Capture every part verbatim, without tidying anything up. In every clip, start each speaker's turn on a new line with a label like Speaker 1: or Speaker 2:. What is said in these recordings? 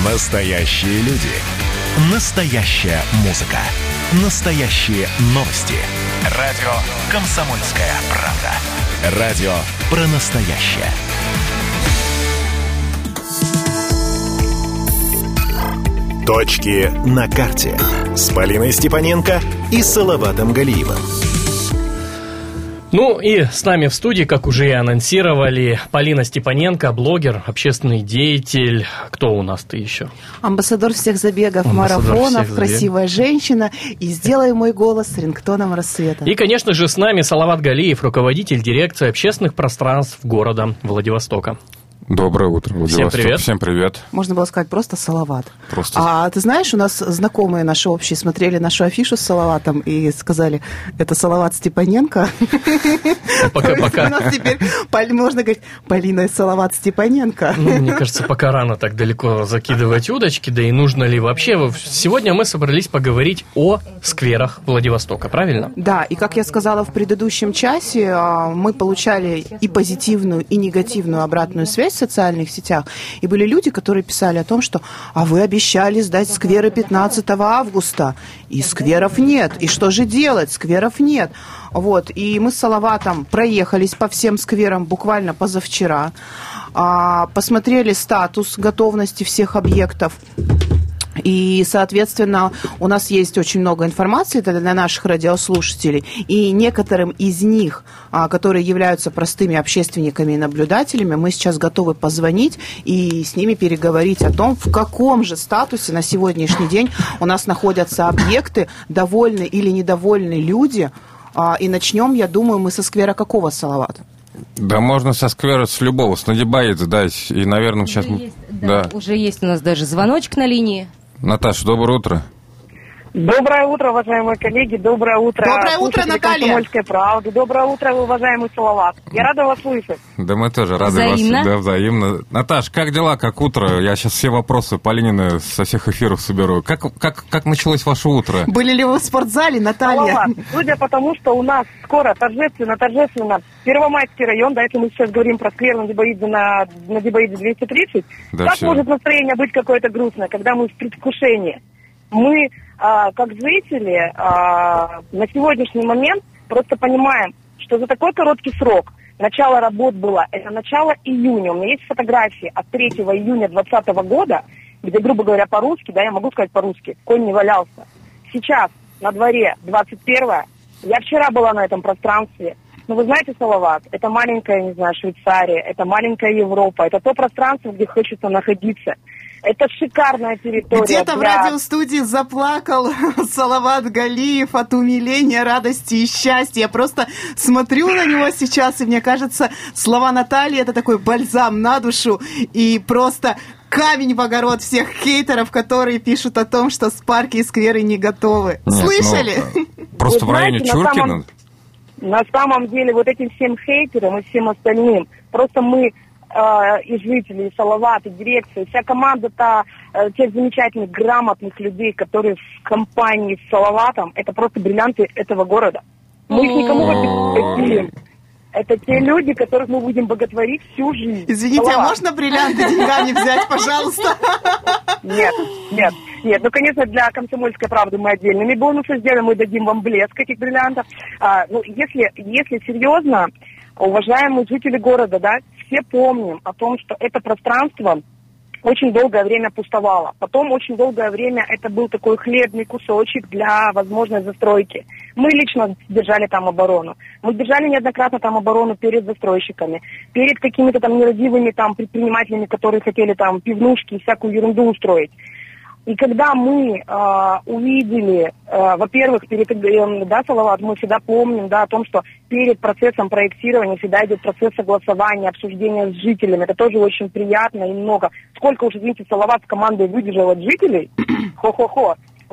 Speaker 1: Настоящие люди. Настоящая музыка. Настоящие новости. Радио «Комсомольская правда». Радио про настоящее. Точки на карте с Полиной Степаненко и Салаватом Галиевым.
Speaker 2: Ну и с нами в студии, как уже и анонсировали, Полина Степаненко, блогер, общественный деятель. Кто у нас-то еще?
Speaker 3: Амбассадор всех забегов, Амбассадор марафонов, всех красивая забег. Женщина. И сделай мой голос с рингтоном рассвета.
Speaker 2: И, конечно же, с нами Салават Галиев, руководитель дирекции общественных пространств города Владивостока.
Speaker 4: Доброе утро, Владивосток.
Speaker 2: Всем привет.
Speaker 4: Всем привет.
Speaker 3: Можно было сказать просто Салават.
Speaker 4: Просто...
Speaker 3: А ты знаешь, у нас знакомые наши общие смотрели нашу афишу с Салаватом и сказали, это Салават Степаненко.
Speaker 2: Пока, пока.
Speaker 3: У нас теперь можно говорить Полина и Салават Степаненко.
Speaker 2: Ну, мне кажется, пока рано так далеко закидывать удочки, да и нужно ли вообще. Сегодня мы собрались поговорить о скверах Владивостока, правильно?
Speaker 3: Да, и как я сказала в предыдущем часе, мы получали и позитивную, и негативную обратную связь в социальных сетях. И были люди, которые писали о том, что «а вы обещали сдать скверы пятнадцатого августа, и скверов нет, и что же делать? Скверов нет». Вот. И мы с Салаватом проехались по всем скверам буквально позавчера, посмотрели статус готовности всех объектов. И, соответственно, у нас есть очень много информации для наших радиослушателей, и некоторым из них, которые являются простыми общественниками и наблюдателями, мы сейчас готовы позвонить и с ними переговорить о том, в каком же статусе на сегодняшний день у нас находятся объекты, довольны или недовольны люди. И начнем, я думаю, мы со сквера какого, Салават?
Speaker 4: Да можно со сквера с любого, с Надибаидзе сдать. И, наверное, сейчас...
Speaker 5: Уже есть, да, да. Уже есть у нас даже звоночек на линии.
Speaker 4: Наташа, доброе утро.
Speaker 6: Доброе утро, уважаемые коллеги. Доброе утро.
Speaker 3: Доброе утро, Наталья.
Speaker 6: «Комсомольской правды». Доброе утро, уважаемый Салават. Я рада вас слышать.
Speaker 4: Да мы тоже рады
Speaker 5: взаимно.
Speaker 4: вас. Да, взаимно. Наташ, как дела, как утро? Я сейчас все вопросы Полинины со всех эфиров соберу. Как, как, как началось ваше утро?
Speaker 3: Были ли вы в спортзале, Наталья?
Speaker 6: Салават, судя по тому, что у нас скоро торжественно, торжественно Первомайский район, да, если мы сейчас говорим про сквер Надибаидзе на Надибаидзе двести тридцать,
Speaker 4: да,
Speaker 6: как
Speaker 4: все.
Speaker 6: может настроение быть какое-то грустное, когда мы в предвкушении? Мы, а, как зрители, а, на сегодняшний момент просто понимаем, что за такой короткий срок начало работ было, это начало июня. У меня есть фотографии от третьего июня двадцатого года, где, грубо говоря, по-русски, да, я могу сказать по-русски, конь не валялся. Сейчас на дворе двадцать первое, я вчера была на этом пространстве. Но вы знаете, Салават, это маленькая, не знаю, Швейцария, это маленькая Европа, это то пространство, где хочется находиться. Это шикарная территория.
Speaker 3: Где-то
Speaker 6: для...
Speaker 3: в радиостудии заплакал Салават Галиев от умиления, радости и счастья. Я просто смотрю на него сейчас, и мне кажется, слова Натальи — это такой бальзам на душу, и просто камень в огород всех хейтеров, которые пишут о том, что парки и скверы не готовы.
Speaker 4: Нет,
Speaker 3: слышали?
Speaker 4: Ну, просто в районе Чуркина...
Speaker 6: На самом, на самом деле, вот этим всем хейтерам и всем остальным, просто мы... и жители, и Салават, и дирекция, вся команда-то э, тех замечательных, грамотных людей, которые в компании с Салаватом, это просто бриллианты этого города. Мы их никому не хотим. Это те люди, которых мы будем боготворить всю жизнь.
Speaker 3: Извините, Салават. А можно бриллианты деньгами взять, пожалуйста?
Speaker 6: Нет, нет, нет. Ну, конечно, для «Комсомольской правды» мы отдельными бонусы сделаем, мы дадим вам блеск этих бриллиантов. А, ну, если, если серьезно, уважаемые жители города, да, все помним о том, что это пространство очень долгое время пустовало. Потом очень долгое время это был такой хлебный кусочек для возможной застройки. Мы лично держали там оборону. Мы держали неоднократно там оборону перед застройщиками, перед какими-то там нерадивыми там предпринимателями, которые хотели там пивнушки и всякую ерунду устроить. И когда мы э, увидели, э, во-первых, перед, э, да, Салават, мы всегда помним, да, о том, что перед процессом проектирования всегда идет процесс согласования, обсуждения с жителями. Это тоже очень приятно и много. Сколько уже, видите, Салават с командой выдержал от жителей? Хо-хо-хо.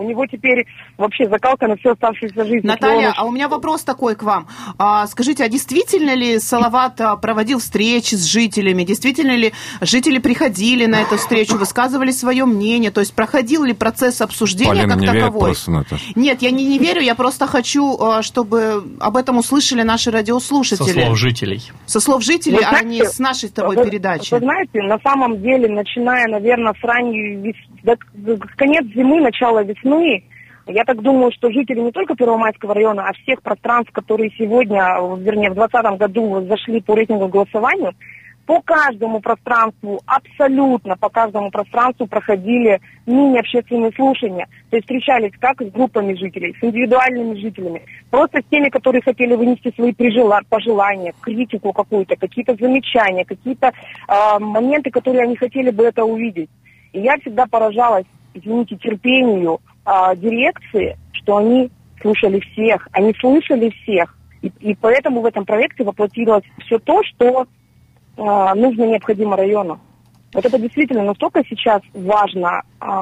Speaker 6: У него теперь вообще закалка на всю оставшуюся жизнь.
Speaker 3: Наталья,
Speaker 6: он...
Speaker 3: а у меня вопрос такой к вам. А, скажите, а действительно ли Салават проводил встречи с жителями? Действительно ли жители приходили на эту встречу, высказывали свое мнение? То есть проходил ли процесс обсуждения
Speaker 4: Полина
Speaker 3: как
Speaker 4: не
Speaker 3: таковой?
Speaker 4: Верит просто, Наташа.
Speaker 3: Нет, я не, не верю, я просто хочу, чтобы об этом услышали наши радиослушатели.
Speaker 2: Со слов жителей.
Speaker 3: Со слов жителей,
Speaker 6: Вы знаете,
Speaker 3: а не с нашей с тобой
Speaker 6: вы,
Speaker 3: передачи.
Speaker 6: Вы знаете, на самом деле, начиная, наверное, с ранней весны, конец зимы, начало весны, я так думаю, что жители не только Первомайского района, а всех пространств, которые сегодня, вернее, в двадцатом году зашли по рейтинговому голосованию, по каждому пространству, абсолютно по каждому пространству проходили мини-общественные слушания. То есть встречались как с группами жителей, с индивидуальными жителями, просто с теми, которые хотели вынести свои пожелания, критику какую-то, какие-то замечания, какие-то э, моменты, которые они хотели бы это увидеть. И я всегда поражалась, извините, терпению э, дирекции, что они слушали всех, они слышали всех. И, и поэтому в этом проекте воплотилось все то, что нужно, необходимо району. Вот это действительно настолько сейчас важно,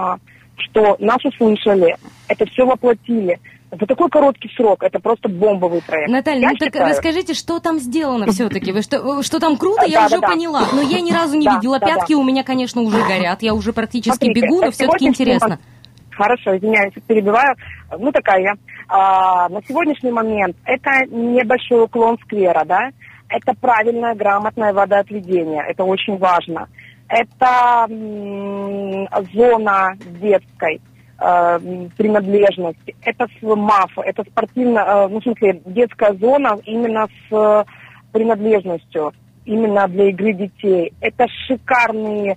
Speaker 6: что нас услышали, это все воплотили. За такой короткий срок это просто бомбовый проект.
Speaker 5: Наталья,
Speaker 6: я
Speaker 5: ну так
Speaker 6: считаю...
Speaker 5: расскажите, что там сделано все-таки? Вы что, что там круто, я
Speaker 6: да,
Speaker 5: уже
Speaker 6: да,
Speaker 5: поняла. Но я ни разу не
Speaker 6: да,
Speaker 5: видела.
Speaker 6: да,
Speaker 5: Пятки
Speaker 6: да.
Speaker 5: у меня, конечно, уже горят. Я уже практически
Speaker 6: Смотрите,
Speaker 5: бегу, но все-таки интересно.
Speaker 6: Хорошо, извиняюсь, перебиваю. Ну, такая я. А, на сегодняшний момент это небольшой уклон сквера, да? Это правильное, грамотное водоотведение. Это очень важно. Это м- зона детской э, принадлежности. Это МАФ, это спортивная, э, ну, в смысле, детская зона именно с э, принадлежностью, именно для игры детей. Это шикарные э,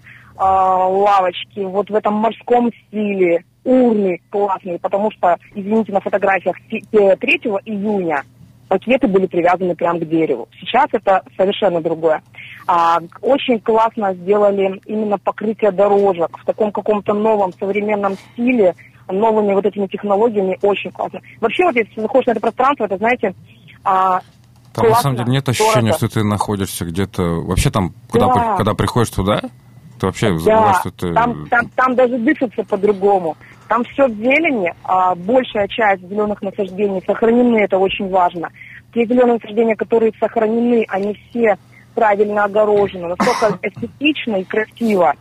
Speaker 6: лавочки вот в этом морском стиле, урны классные, потому что, извините, на фотографиях третьего июня пакеты были привязаны прямо к дереву. Сейчас это совершенно другое. А, очень классно сделали именно покрытие дорожек в таком каком-то новом современном стиле, новыми вот этими технологиями, очень классно. Вообще, вот если заходишь на это пространство, это, знаете, а,
Speaker 4: там
Speaker 6: классно,
Speaker 4: на самом деле нет ощущения,
Speaker 6: дорого.
Speaker 4: что ты находишься где-то... Вообще там, когда,
Speaker 6: Да.
Speaker 4: при, когда приходишь туда, ты вообще
Speaker 6: Да,
Speaker 4: забываешь, что ты...
Speaker 6: там, там, там даже дышится по-другому. Там все в зелени, а большая часть зеленых насаждений сохранены, это очень важно. Те зеленые насаждения, которые сохранены, они все правильно огорожены, настолько эстетично и красиво.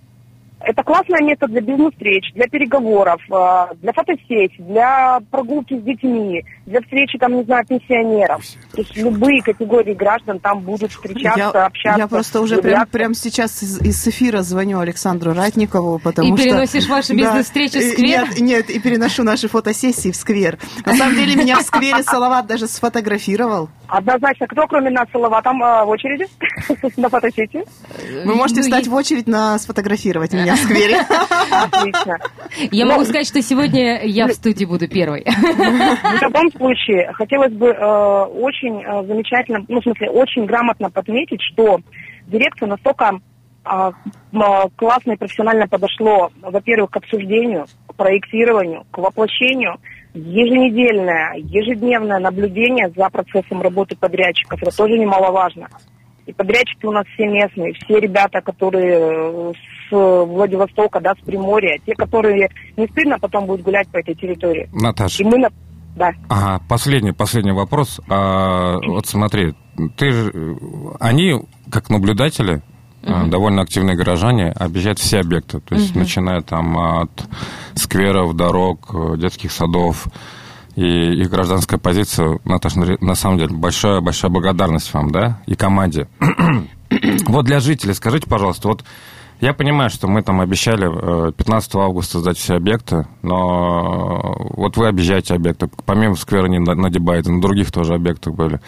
Speaker 6: Это классное место для бизнес-встреч, для переговоров, для фотосессий, для прогулки с детьми, для встречи, там, не знаю, пенсионеров. То есть любые категории граждан там будут встречаться,
Speaker 3: я,
Speaker 6: общаться.
Speaker 3: Я просто уже прям, прям сейчас из, из эфира звоню Александру Ратникову, потому
Speaker 5: и
Speaker 3: что...
Speaker 5: И переносишь ваши бизнес-встречи в сквер?
Speaker 3: Нет, нет, и переношу наши фотосессии в сквер. На самом деле меня в сквере Салават даже сфотографировал.
Speaker 6: Однозначно. Кто, кроме нас, Салават, там в очереди на фотосессии?
Speaker 3: Вы можете встать в очередь на сфотографировать меня в сквере.
Speaker 6: Отлично.
Speaker 5: Я могу сказать, что сегодня я в студии буду первой.
Speaker 6: В любом случае, хотелось бы э, очень э, замечательно, ну, в смысле, очень грамотно подметить, что дирекция настолько э, классно и профессионально подошло, во-первых, к обсуждению, к проектированию, к воплощению, еженедельное, ежедневное наблюдение за процессом работы подрядчиков. Это тоже немаловажно. И подрядчики у нас все местные, все ребята, которые с Владивостока, да, с Приморья, те, которые не стыдно потом будут гулять по этой территории.
Speaker 4: Наташа.
Speaker 6: И мы на... Да.
Speaker 4: Ага, последний, последний вопрос. А, вот смотри, ты же, они, как наблюдатели, uh-huh. довольно активные горожане, объезжают все объекты. То есть, uh-huh. начиная там от скверов, дорог, детских садов. И их гражданская позиция, Наташа, на самом деле, большая-большая благодарность вам, да, и команде. Вот для жителей скажите, пожалуйста, вот я понимаю, что мы там обещали пятнадцатого августа сдать все объекты, но вот вы объезжаете объекты, помимо сквера на Дебайте, на других тоже объектах были.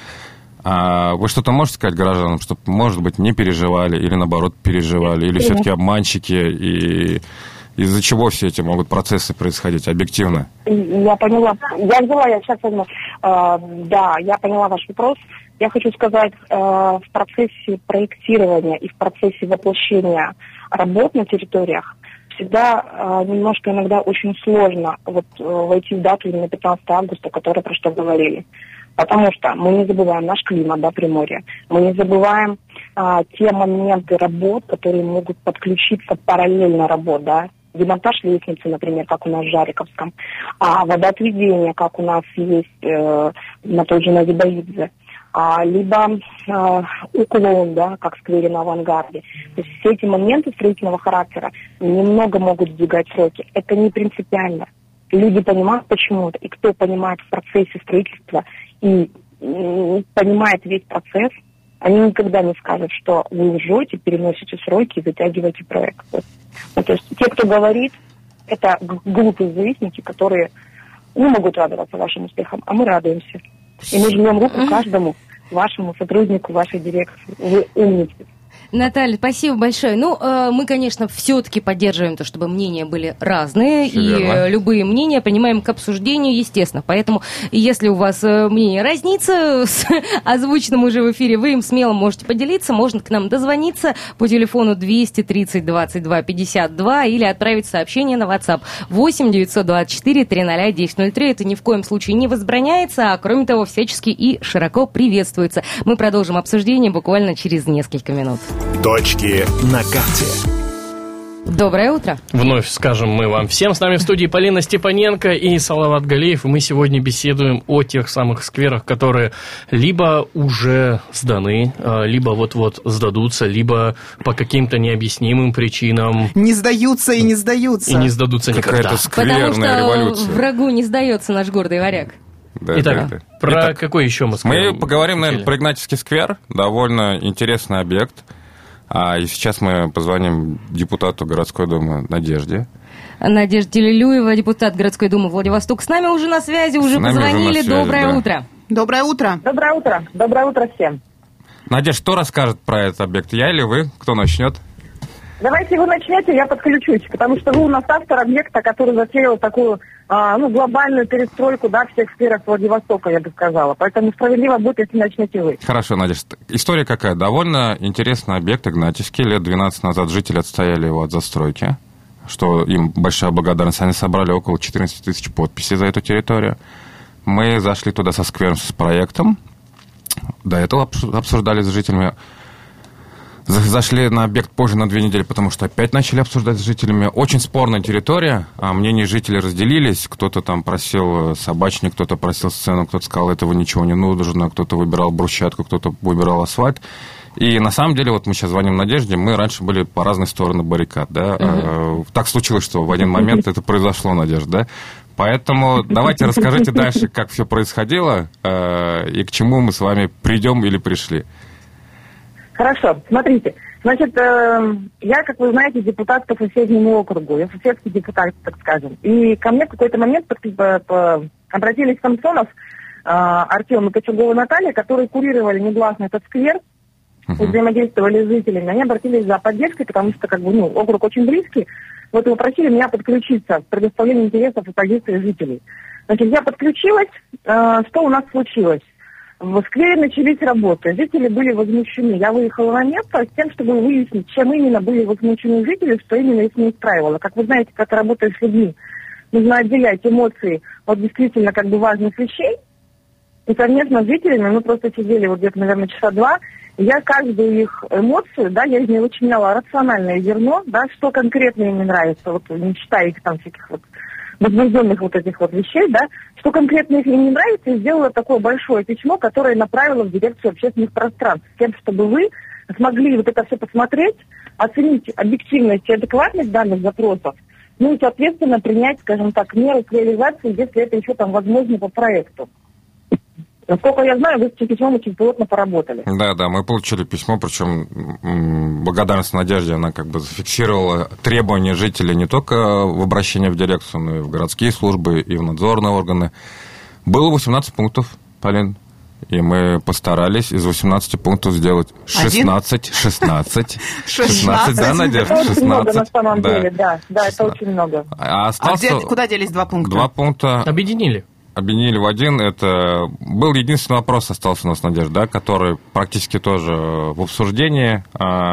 Speaker 4: А вы что-то можете сказать гражданам, чтобы, может быть, не переживали, или наоборот переживали, или все-таки обманщики, и... Из-за чего все эти могут процессы происходить объективно?
Speaker 6: Я поняла. Я взяла, я сейчас возьму. А, да, я поняла ваш вопрос. Я хочу сказать, а, в процессе проектирования и в процессе воплощения работ на территориях всегда а, немножко иногда очень сложно вот, войти в дату именно пятнадцатого августа, которую про что говорили. Потому что мы не забываем наш климат, да, Приморье. Мы не забываем а, те моменты работ, которые могут подключиться параллельно работ, да. демонтаж лестницы, например, как у нас в Жариковском, а водоотведение, как у нас есть э, на той же Назибаидзе, а, либо э, уклон, да, как в сквере на Авангарде. То есть все эти моменты строительного характера немного могут сдвигать сроки. Это не принципиально. Люди понимают почему-то, и кто понимает в процессе строительства и м, понимает весь процесс, они никогда не скажут, что вы лжете, переносите сроки и затягиваете проект. Ну, то есть те, кто говорит, это глупые завистники, которые не могут радоваться вашим успехам, а мы радуемся. И мы жмем руку каждому вашему сотруднику, вашей дирекции. Вы умницы.
Speaker 5: Наталья, спасибо большое. Ну, э, мы, конечно, все-таки поддерживаем то, чтобы мнения были разные,
Speaker 4: Все
Speaker 5: и
Speaker 4: верно.
Speaker 5: э, любые мнения принимаем к обсуждению, естественно. Поэтому, если у вас э, мнение разнится с озвученным уже в эфире, вы им смело можете поделиться, можно к нам дозвониться по телефону двести тридцать двадцать два пятьдесят два или отправить сообщение на WhatsApp восемь девятьсот двадцать четыре триста десять ноль три. Это ни в коем случае не возбраняется, а кроме того, всячески и широко приветствуется. Мы продолжим обсуждение буквально через несколько минут.
Speaker 1: Точки на карте.
Speaker 5: Доброе утро.
Speaker 2: Вновь скажем мы вам всем. С нами в студии Полина Степаненко и Салават Галиев. И мы сегодня беседуем о тех самых скверах, которые либо уже сданы, либо вот-вот сдадутся, либо по каким-то необъяснимым причинам.
Speaker 3: Не сдаются и не сдаются.
Speaker 2: И не сдадутся никогда.
Speaker 4: Какая-то скверная
Speaker 5: Потому что
Speaker 4: революция.
Speaker 5: врагу не сдается наш гордый варяг.
Speaker 4: Да,
Speaker 2: Итак,
Speaker 4: да, да.
Speaker 2: про
Speaker 4: Итак,
Speaker 2: какой еще мы скажем?
Speaker 4: мы поговорим, наверное, про Игнатьевский сквер. Довольно интересный объект. А и сейчас мы позвоним депутату городской думы Надежде.
Speaker 5: Надежда Телелюева, депутат городской думы Владивосток, с нами уже на связи, уже
Speaker 4: нами уже
Speaker 5: позвонили.
Speaker 4: на связи,
Speaker 5: Доброе
Speaker 4: да.
Speaker 5: утро.
Speaker 3: Доброе утро.
Speaker 6: Доброе утро. Доброе утро всем.
Speaker 4: Надежда, что расскажет про этот объект? Я или вы? Кто начнет?
Speaker 6: Давайте вы начнете, я подключусь, потому что вы у нас автор объекта, который затеял такую а, ну, глобальную перестройку, да, всех сферах Владивостока, я бы сказала. Поэтому справедливо будет, если начнете вы.
Speaker 4: Хорошо, Надежда. История какая? Довольно интересный объект Игнатьевский. Лет двенадцать назад жители отстояли его от застройки, что им большая благодарность. Они собрали около четырнадцать тысяч подписей за эту территорию. Мы зашли туда со сквером, с проектом. До этого обсуждали с жителями. Зашли на объект позже на две недели, потому что опять начали обсуждать с жителями. Очень спорная территория, а мнения жителей разделились. Кто-то там просил собачник, кто-то просил сцену, кто-то сказал, этого ничего не нужно, кто-то выбирал брусчатку, кто-то выбирал асфальт. И на самом деле, вот мы сейчас звоним Надежде, мы раньше были по разные стороны баррикад, да. Uh-huh. Так случилось, что в один момент это произошло, Надежда, да. Поэтому давайте расскажите дальше, как все происходило и к чему мы с вами придем или пришли.
Speaker 6: Хорошо, смотрите. Значит, э, я, как вы знаете, депутат по соседнему округу. Я соседский депутат, так скажем. И ко мне в какой-то момент по, по, по, обратились Самсонов, э, Артем и Кочугова Наталья, которые курировали негласно этот сквер, uh-huh. и взаимодействовали с жителями. Они обратились за поддержкой, потому что как бы, ну, округ очень близкий. Вот и попросили меня подключиться к предоставлению интересов и позиции жителей. Значит, я подключилась. Э, что у нас случилось? В сквере начались работы. Жители были возмущены. Я выехала на место с тем, чтобы выяснить, чем именно были возмущены жители, что именно их не устраивало. Как вы знаете, когда работаешь с людьми, нужно отделять эмоции от действительно как бы важных вещей. И совместно с жителями мы просто сидели вот где-то, наверное, часа два. И я каждую их эмоцию, да, я из нее вычленяла рациональное зерно, да, что конкретно им не нравится, вот не считая их там всяких вот возбужденных вот этих вот вещей, да, что конкретно им не нравится, и сделала такое большое письмо, которое направила в дирекцию общественных пространств, с тем, чтобы вы смогли вот это все посмотреть, оценить объективность и адекватность данных запросов, ну и, соответственно, принять, скажем так, меры к реализации, если это еще там возможно по проекту. Насколько я знаю, вы с этим письмом очень плотно поработали.
Speaker 4: Да, да, мы получили письмо, причем благодарность Надежде, она как бы зафиксировала требования жителей не только в обращении в дирекцию, но и в городские службы, и в надзорные органы. Было восемнадцать пунктов, Полин, и мы постарались из восемнадцати пунктов сделать шестнадцать, шестнадцать, шестнадцать, да, Надежда?
Speaker 6: Это очень много на самом
Speaker 4: да.
Speaker 6: деле, да, да, это очень много.
Speaker 4: А, остался...
Speaker 3: а где, куда делись два пункта?
Speaker 4: Два пункта...
Speaker 2: Объединили.
Speaker 4: Объединили в один. Это был единственный вопрос, остался у нас, Надежда, да, который практически тоже в обсуждении.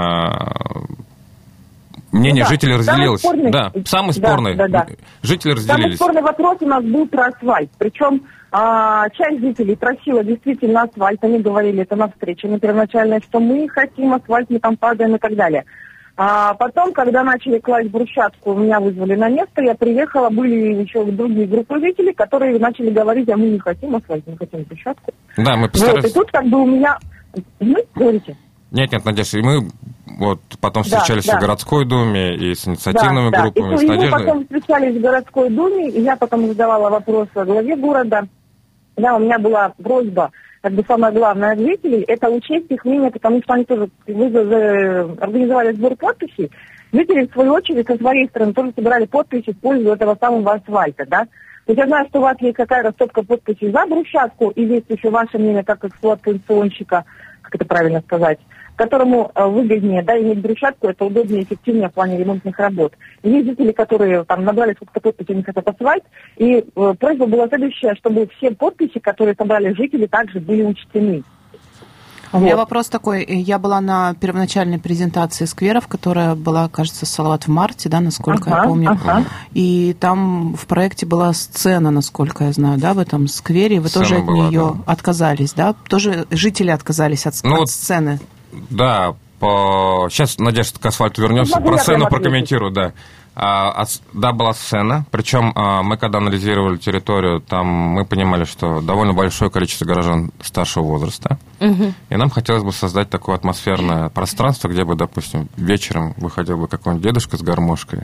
Speaker 4: Мнение ну, да. жителей разделилось. Самый спорный, да, самый спорный. Да, да, да. Жители разделились.
Speaker 6: Самый спорный вопрос у нас был про асфальт. Причем а, часть жителей просила действительно асфальт. Они говорили это на встрече на первоначальной, что мы хотим асфальт, мы там падаем и так далее. А потом, когда начали класть брусчатку, меня вызвали на место, я приехала, были еще другие группы жителей, которые начали говорить, а мы не хотим асфальт, не хотим брусчатку.
Speaker 4: Да, мы постарались...
Speaker 6: Вот, и тут как бы у меня... Вы говорите?
Speaker 4: Нет, нет, Надежда, и мы вот потом
Speaker 6: Да,
Speaker 4: встречались
Speaker 6: да.
Speaker 4: в городской думе и с инициативными
Speaker 6: да,
Speaker 4: группами,
Speaker 6: да.
Speaker 4: с
Speaker 6: И, и
Speaker 4: Надеждой.
Speaker 6: мы потом встречались в городской думе, и я потом задавала вопросы главе города. Да, у меня была просьба, как бы самое главное от жителей, это учесть их мнение, потому что они тоже организовали сбор подписей. Жители, в свою очередь, со своей стороны тоже собирали подписи в пользу этого самого асфальта, да. То есть я знаю, что у вас есть какая-то стопка подписей за брусчатку, и есть еще ваше мнение как эксплуатационщика, как это правильно сказать, которому выгоднее, да, иметь брусчатку, это удобнее и эффективнее в плане ремонтных работ. И есть жители, которые там набрали сколько-то подписей, они хотят асфальт, и э, просьба была следующая, чтобы все подписи, которые собрали жители, также были учтены.
Speaker 3: У меня
Speaker 6: Вот.
Speaker 3: вопрос такой. Я была на первоначальной презентации скверов, которая была, кажется, Салават в марте, да, насколько
Speaker 6: Ага,
Speaker 3: я помню.
Speaker 6: ага.
Speaker 3: И там в проекте была сцена, насколько я знаю, да, в этом сквере. Вы
Speaker 4: Сцена
Speaker 3: тоже от
Speaker 4: была,
Speaker 3: нее
Speaker 4: да.
Speaker 3: отказались, да? Тоже жители отказались от,
Speaker 4: Ну
Speaker 3: от
Speaker 4: вот
Speaker 3: сцены.
Speaker 4: Да, по... сейчас, Надежда, к асфальту вернемся.
Speaker 6: Могу
Speaker 4: Про
Speaker 6: я
Speaker 4: сцену
Speaker 6: прямо
Speaker 4: прокомментирую, да. А, ас- да, была сцена, причем а, мы, когда анализировали территорию, там мы понимали, что довольно большое количество горожан старшего возраста,
Speaker 5: Мгм.
Speaker 4: и нам хотелось бы создать такое атмосферное пространство, где бы, допустим, вечером выходил бы какой-нибудь дедушка с гармошкой,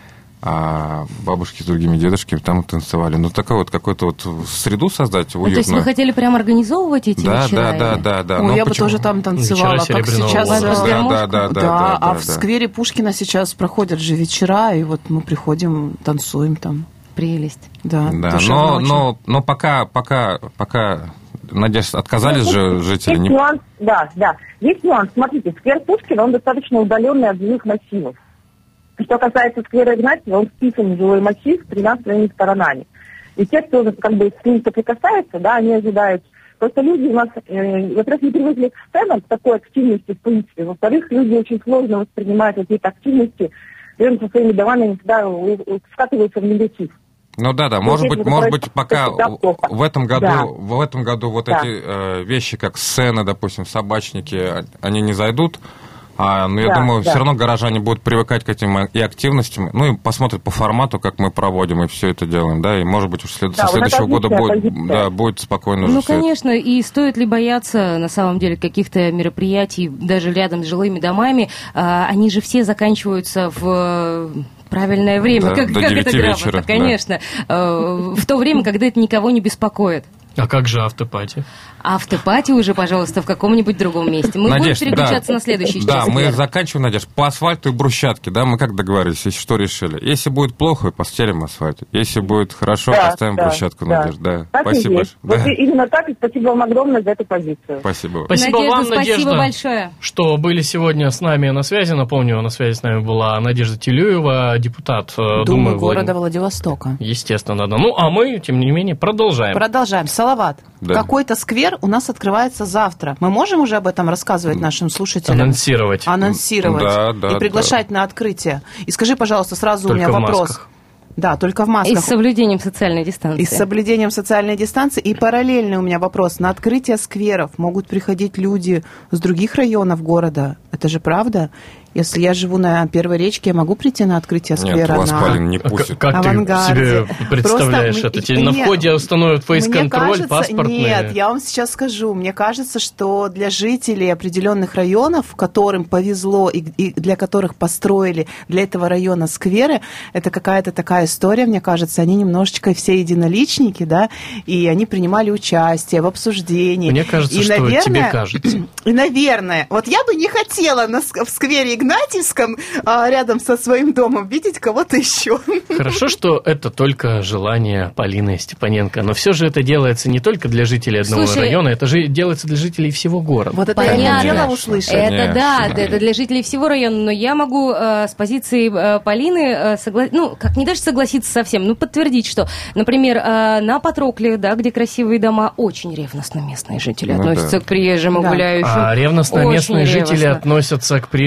Speaker 4: а бабушки с другими дедушками там танцевали. Ну, такую вот какую-то вот среду создать
Speaker 5: Ну, то есть
Speaker 4: уютную.
Speaker 5: вы хотели прям организовывать эти
Speaker 4: Да,
Speaker 5: вечера?
Speaker 4: да, да,
Speaker 5: или?
Speaker 4: да, да.
Speaker 3: Ой,
Speaker 4: Ну,
Speaker 3: я бы
Speaker 4: почему?
Speaker 3: тоже там танцевала,
Speaker 2: Вечера
Speaker 3: как
Speaker 2: Серебряного
Speaker 3: сейчас.
Speaker 5: возраста.
Speaker 3: э,
Speaker 4: Да,
Speaker 5: гармошка?
Speaker 4: да, да,
Speaker 3: Да,
Speaker 4: да, да,
Speaker 3: а
Speaker 4: да,
Speaker 3: в
Speaker 4: да.
Speaker 3: сквере Пушкина сейчас проходят же вечера, и вот мы приходим, танцуем там.
Speaker 5: Прелесть.
Speaker 3: Да,
Speaker 4: Да,
Speaker 3: душевно
Speaker 4: но,
Speaker 3: очень.
Speaker 4: но, но пока, пока, пока, Надежда, отказались
Speaker 6: Ну,
Speaker 4: же
Speaker 6: есть
Speaker 4: жители. Не...
Speaker 6: нюанс, да, да. Есть нюанс. Смотрите, сквер Пушкина, он достаточно удаленный от жилых массивов. Что касается сквера Игнатьева, он вписан в жилой массив тремя своими сторонами. И те, кто как бы с ним соприкасается, да, они ожидают. Просто люди у нас, э, во-первых, не привыкли к сценам, к такой активности, в принципе. Во-вторых, люди очень сложно воспринимают какие-то активности, рядом со своими домами, они всегда у- у- скатываются в негатив.
Speaker 4: Ну да, да,
Speaker 6: Ну,
Speaker 4: может
Speaker 6: если
Speaker 4: быть,
Speaker 6: вы
Speaker 4: может
Speaker 6: говорите,
Speaker 4: быть, пока
Speaker 6: что всегда плохо.
Speaker 4: в этом году,
Speaker 6: Да.
Speaker 4: в этом году вот
Speaker 6: Да.
Speaker 4: эти э, вещи, как сцены, допустим, собачники, а- они не зайдут. А, но я
Speaker 6: Да,
Speaker 4: думаю,
Speaker 6: да.
Speaker 4: все равно горожане будут привыкать к этим и активностям, ну и посмотрят по формату, как мы проводим и все это делаем, да, и может быть уж след...
Speaker 6: Да,
Speaker 4: со
Speaker 6: вот это
Speaker 4: следующего года
Speaker 6: отличная
Speaker 4: будет,
Speaker 6: позиция.
Speaker 4: да, будет спокойно уже
Speaker 5: Ну,
Speaker 4: всё это.
Speaker 5: конечно, и стоит ли бояться, на самом деле, каких-то мероприятий даже рядом с жилыми домами? А, они же все заканчиваются в правильное время,
Speaker 4: Да,
Speaker 5: как,
Speaker 4: до
Speaker 5: как это
Speaker 4: девяти
Speaker 5: грамотно,
Speaker 4: вечера, да.
Speaker 5: конечно. Э, В то время, когда это никого не беспокоит.
Speaker 2: А как же автопати?
Speaker 5: А автопати уже, пожалуйста, в каком-нибудь другом месте. Мы
Speaker 4: Надежд,
Speaker 5: будем переключаться
Speaker 4: да,
Speaker 5: на следующий
Speaker 4: Да,
Speaker 5: час.
Speaker 4: мы заканчиваем, Надежда, по асфальту и брусчатке, да, мы как договорились, если что решили. Если будет плохо, постелим асфальт. Если будет хорошо,
Speaker 6: Да,
Speaker 4: поставим
Speaker 6: да,
Speaker 4: брусчатку,
Speaker 6: да.
Speaker 4: Надежда. Да.
Speaker 6: Так и
Speaker 4: Спасибо.
Speaker 6: есть. Вот
Speaker 4: Да.
Speaker 6: и- именно так, и спасибо вам огромное за эту позицию.
Speaker 4: Спасибо.
Speaker 2: Спасибо
Speaker 5: Надежда,
Speaker 2: вам,
Speaker 5: спасибо
Speaker 2: Надежда,
Speaker 5: большое.
Speaker 2: что были сегодня с нами на связи. Напомню, на связи с нами была Надежда Телюева, депутат э,
Speaker 3: Думы
Speaker 2: Думы
Speaker 3: города
Speaker 2: Влад-
Speaker 3: Владивостока.
Speaker 2: Естественно, да. Ну, а мы, тем не менее, продолжаем.
Speaker 3: Продолжаем. Салават,
Speaker 4: Да.
Speaker 3: какой-то сквер у нас открывается завтра. Мы можем уже об этом рассказывать нашим слушателям?
Speaker 2: Анонсировать.
Speaker 3: Анонсировать.
Speaker 4: Да, да,
Speaker 3: и приглашать на открытие. И скажи, пожалуйста, сразу
Speaker 2: Только
Speaker 3: у меня
Speaker 2: в
Speaker 3: вопрос.
Speaker 2: масках.
Speaker 3: Да, только в
Speaker 5: И
Speaker 3: масках.
Speaker 5: с соблюдением социальной дистанции.
Speaker 3: И с соблюдением социальной дистанции. И параллельный у меня вопрос. На открытие скверов могут приходить люди с других районов города. Это же правда? Если я живу на Первой речке, я могу прийти на открытие
Speaker 4: Нет,
Speaker 3: сквера?
Speaker 4: вас,
Speaker 3: на...
Speaker 4: Полин, не
Speaker 2: А
Speaker 4: пустят.
Speaker 2: к- Как ты
Speaker 3: Авангарде.
Speaker 2: себе представляешь
Speaker 3: Просто
Speaker 2: это?
Speaker 3: мы-
Speaker 2: Тебе на
Speaker 3: мне-
Speaker 2: входе установят
Speaker 3: Мне
Speaker 2: фейс-контроль,
Speaker 3: кажется,
Speaker 2: паспортные?
Speaker 3: Нет, я вам сейчас скажу. Мне кажется, что для жителей определенных районов, которым повезло и, и для которых построили для этого района скверы, это какая-то такая история, мне кажется. Они немножечко все единоличники, да, и они принимали участие в обсуждении.
Speaker 2: Мне кажется,
Speaker 3: И,
Speaker 2: что
Speaker 3: наверное,
Speaker 2: тебе кажется.
Speaker 3: И, наверное, вот я бы не хотела на, ск- в сквере Игнатьевском а, рядом со своим домом видеть кого-то еще.
Speaker 2: Хорошо, что это только желание Полины Степаненко, но все же это делается не только для жителей одного
Speaker 5: Слушай,
Speaker 2: района, это же делается для жителей всего города.
Speaker 3: Вот это я
Speaker 5: Понятно.
Speaker 3: хотела услышать.
Speaker 5: Это
Speaker 4: Конечно.
Speaker 5: да, это, это для жителей всего района, но я могу э, с позиции э, Полины э, согла- ну, как не даже согласиться совсем, но подтвердить, что, например, э, на Патрокле, да, где красивые дома, очень ревностно местные жители
Speaker 4: Ну
Speaker 5: относятся
Speaker 4: да.
Speaker 5: к приезжим и
Speaker 3: Да.
Speaker 5: гуляющим.
Speaker 2: А ревностно
Speaker 5: Очень
Speaker 2: местные жители
Speaker 5: ревностно.
Speaker 2: относятся к приезжим и гуляющим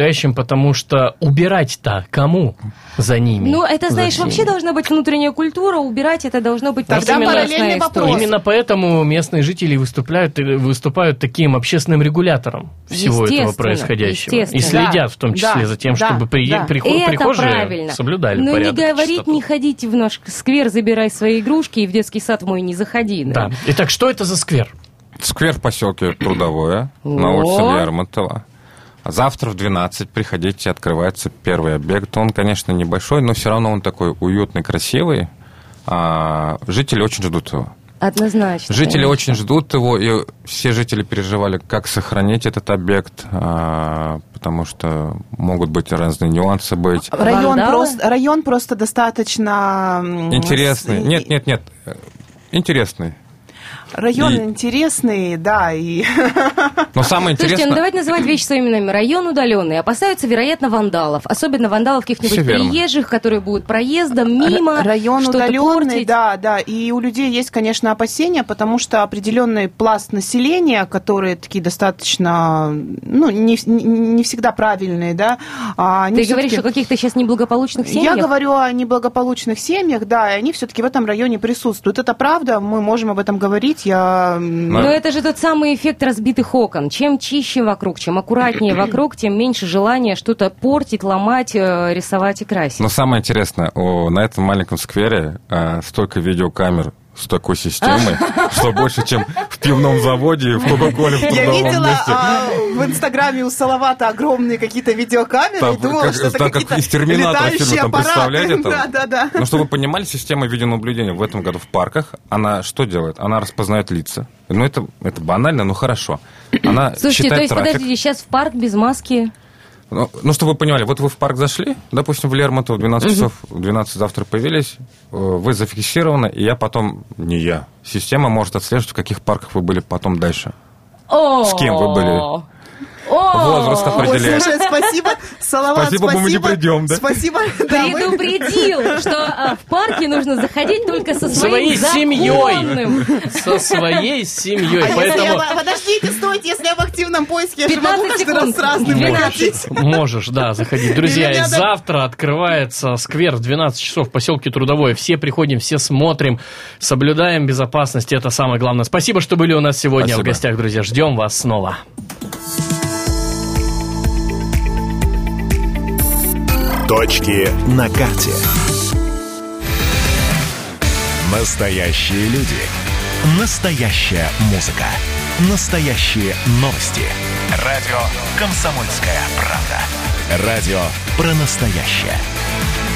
Speaker 2: составляющим, потому что убирать-то кому за ними?
Speaker 5: Ну, это, знаешь,
Speaker 2: Зачем?
Speaker 5: вообще должна быть внутренняя культура, убирать это должно быть
Speaker 3: Тогда параллельный вопрос.
Speaker 2: Именно поэтому местные жители выступают, выступают таким общественным регулятором всего этого происходящего. И следят
Speaker 3: да,
Speaker 2: в том числе
Speaker 3: да,
Speaker 2: за тем,
Speaker 3: да,
Speaker 2: чтобы при,
Speaker 3: да.
Speaker 2: приход,
Speaker 5: это
Speaker 2: прихожие
Speaker 5: правильно.
Speaker 2: соблюдали
Speaker 5: Но
Speaker 2: порядок.
Speaker 5: не говорить,
Speaker 2: чистоту.
Speaker 5: не ходите в наш сквер, забирай свои игрушки и в детский сад мой не заходи.
Speaker 2: Да. Итак, что это за сквер?
Speaker 4: Сквер в поселке Трудовое, на улице Лермонтова. Завтра в двенадцать приходите, открывается первый объект. Он, конечно, небольшой, но все равно он такой уютный, красивый. А, жители очень ждут его.
Speaker 5: Однозначно.
Speaker 4: Жители
Speaker 5: конечно.
Speaker 4: очень ждут его, и все жители переживали, как сохранить этот объект, а, потому что могут быть разные нюансы быть.
Speaker 3: Район,
Speaker 5: Вандалы?
Speaker 3: просто, район просто достаточно... м,
Speaker 4: Интересный.
Speaker 3: с-
Speaker 4: Нет, нет, нет. Интересный.
Speaker 3: Район
Speaker 4: И-
Speaker 3: интересный, да, и...
Speaker 4: Но самое
Speaker 5: Слушайте,
Speaker 4: интересное...
Speaker 5: ну давайте называть вещи своими именами. Район удаленный. Опасаются, вероятно, вандалов. Особенно вандалов каких-нибудь
Speaker 4: Всё верно.
Speaker 5: приезжих, которые будут проездом мимо,
Speaker 3: Р- Район
Speaker 5: что-то
Speaker 3: удаленный,
Speaker 5: портить.
Speaker 3: да, да. И у людей есть, конечно, опасения, потому что определенный пласт населения, которые такие достаточно, ну, не, не, не всегда правильные, да. а они
Speaker 5: Ты
Speaker 3: всё-таки-
Speaker 5: говоришь о каких-то сейчас неблагополучных семьях?
Speaker 3: Я говорю о неблагополучных семьях, да, и они все-таки в этом районе присутствуют. Это правда, мы можем об этом говорить. Я...
Speaker 5: Но это же тот самый эффект разбитых окон. Чем чище вокруг, чем аккуратнее вокруг, тем меньше желания что-то портить, ломать, э, рисовать и красить.
Speaker 4: Но самое интересное, о, на этом маленьком сквере а, столько видеокамер с такой системой, что больше, чем в пивном заводе, в Кока-Коле, в
Speaker 3: Я
Speaker 4: трудовом
Speaker 3: видела
Speaker 4: месте.
Speaker 3: а, в Инстаграме у Салавата огромные какие-то видеокамеры
Speaker 4: Там
Speaker 3: и думала,
Speaker 4: как-
Speaker 3: что это
Speaker 4: так как
Speaker 3: какие-то
Speaker 4: из «Терминатора»
Speaker 3: летающие
Speaker 4: фильма, там,
Speaker 3: аппараты.
Speaker 4: представляете, там?
Speaker 3: Да, да, да.
Speaker 4: Ну, чтобы вы понимали, система видеонаблюдения в этом году в парках, она что делает? Она распознает лица. Ну, это, это банально, но хорошо. Она
Speaker 5: Слушайте,
Speaker 4: считает
Speaker 5: то есть,
Speaker 4: трафик.
Speaker 5: подождите, сейчас в парк без маски...
Speaker 4: Ну, ну, чтобы вы понимали, вот вы в парк зашли, допустим, в Лермонтово, в двенадцать часов, в двенадцать завтра появились, э, вы зафиксированы, и я потом, не я, система может отслеживать, в каких парках вы были потом дальше. С кем вы были? Возраст
Speaker 3: Ой,
Speaker 4: определяет.
Speaker 3: слушай, спасибо, Салават,
Speaker 4: Спасибо, мы не придем, да?
Speaker 3: Спасибо. Да, мы-
Speaker 5: Предупредил, что а, в парке нужно заходить только со своим
Speaker 2: Своей семьей.
Speaker 5: законным.
Speaker 2: Со своей семьей.
Speaker 3: А если
Speaker 2: Поэтому
Speaker 3: я в- Подождите, стойте, если я в активном поиске, я же могу
Speaker 5: пятнадцать
Speaker 3: каждый раз
Speaker 5: секунд.
Speaker 3: с разным
Speaker 5: двенадцать.
Speaker 3: выходить.
Speaker 2: можешь, да, заходить. Друзья,
Speaker 3: Или
Speaker 2: и
Speaker 3: мне надо-
Speaker 2: завтра открывается сквер в двенадцать часов в поселке Трудовое. Все приходим, все смотрим, соблюдаем безопасность. Это самое главное. Спасибо, что были у нас сегодня
Speaker 4: Спасибо.
Speaker 2: в гостях, друзья. Ждем вас снова.
Speaker 1: Точки на карте. Настоящие люди. Настоящая музыка. Настоящие новости. Радио «Комсомольская правда». Радио про настоящее.